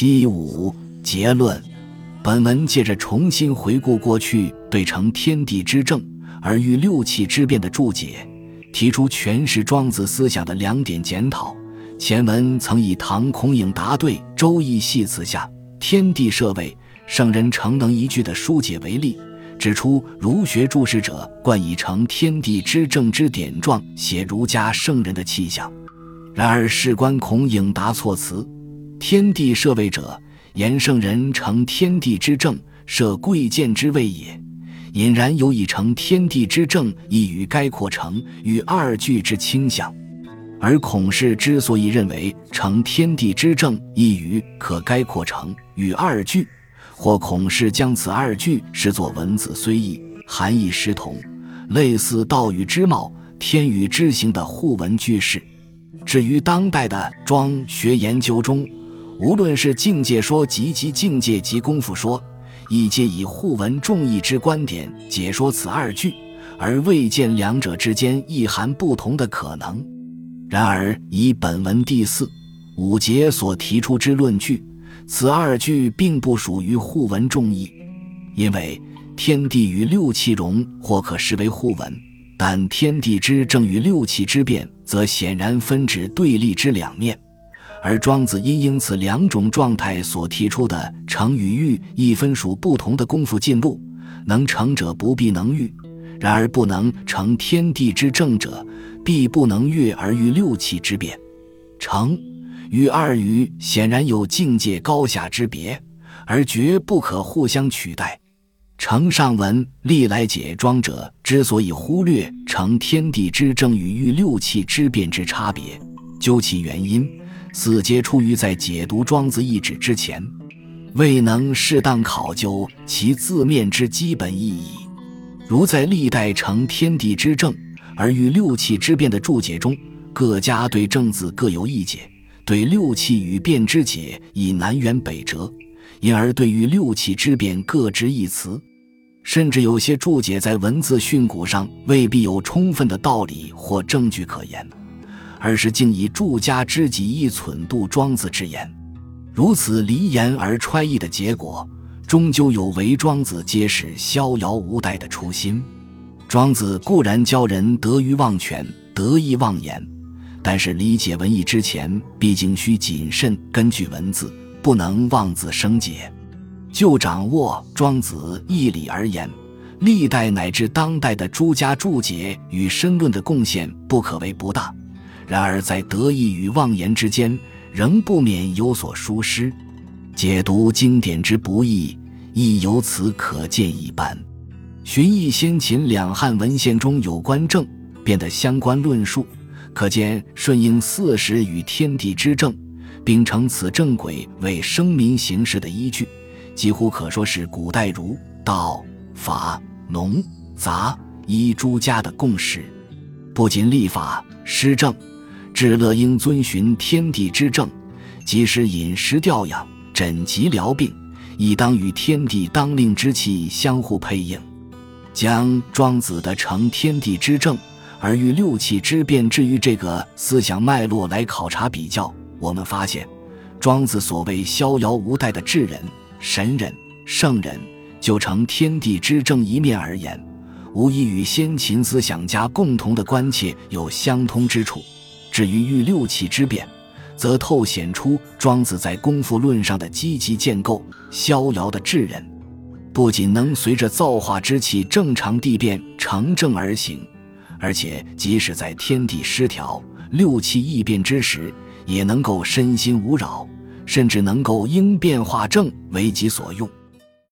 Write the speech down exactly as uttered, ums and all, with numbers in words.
七五结论。本文借着重新回顾过去对成天地之正而欲六气之变的注解，提出诠释庄子思想的两点检讨。前文曾以唐孔颖达对《周易》系辞下天地设位，圣人诚能一句的疏解为例，指出儒学注释者惯以成天地之正之典状写儒家圣人的气象。然而事关孔颖达措辞，天地设位者，言圣人成天地之正，设贵贱之谓也，隐然有以成天地之正一语概括成与二句之倾向。而孔氏之所以认为成天地之正一语可概括成与二句，或孔氏将此二句视作文字虽异，含义实同，类似道与之貌、天与之行的互文句式。至于当代的庄学研究中，无论是境界说及其境界及功夫说，亦皆以互文众义之观点解说此二句，而未见两者之间意涵不同的可能。然而以本文第四、五节所提出之论据，此二句并不属于互文众义，因为天地与六气容或可视为互文，但天地之正与六气之变则显然分指对立之两面。而庄子因应此两种状态所提出的成与育亦分属不同的功夫进路，能成者不必能育，然而不能成天地之正者，必不能悦而于六气之变。成与二语显然有境界高下之别，而绝不可互相取代。承上文历来解庄者之所以忽略成天地之正与育六气之变之差别，究其原因，似皆出于在解读庄子意旨之前，未能适当考究其字面之基本意义。如在历代成天地之正而育六气之变的注解中，各家对正字各有异解，对六气与变之解亦南辕北辙，因而对于六气之变各执一词，甚至有些注解在文字训诂上未必有充分的道理或证据可言，而是竟以注家之己意忖度庄子之言。如此离言而揣意的结果，终究有违庄子揭示逍遥无待的初心。庄子固然教人得于忘权，得意忘言，但是理解文意之前，毕竟需谨慎根据文字，不能妄自生解。就掌握庄子义理而言，历代乃至当代的诸家注解与申论的贡献不可谓不大，然而在得意与妄言之间，仍不免有所疏失。解读经典之不易，亦由此可见一斑。寻绎先秦两汉文献中有关正变的相关论述，可见顺应四时与天地之正，并乘此正轨为生民行事的依据，几乎可说是古代儒、道、法、农、杂、医诸家的共识。不仅立法、施政、治乐应遵循天地之正，即使饮食调养、诊疾疗病，亦当与天地当令之气相互配应。将庄子的成天地之正而育六气之变置于这个思想脉络来考察比较，我们发现庄子所谓逍遥无待的智人、神人、圣人，就成天地之正一面而言，无疑与先秦思想家共同的关切有相通之处。至于育六气之变，则透显出庄子在功夫论上的积极建构。逍遥的智人不仅能随着造化之气正常地变成正而行，而且即使在天地失调、六气异变之时，也能够身心无扰，甚至能够因变化正为己所用。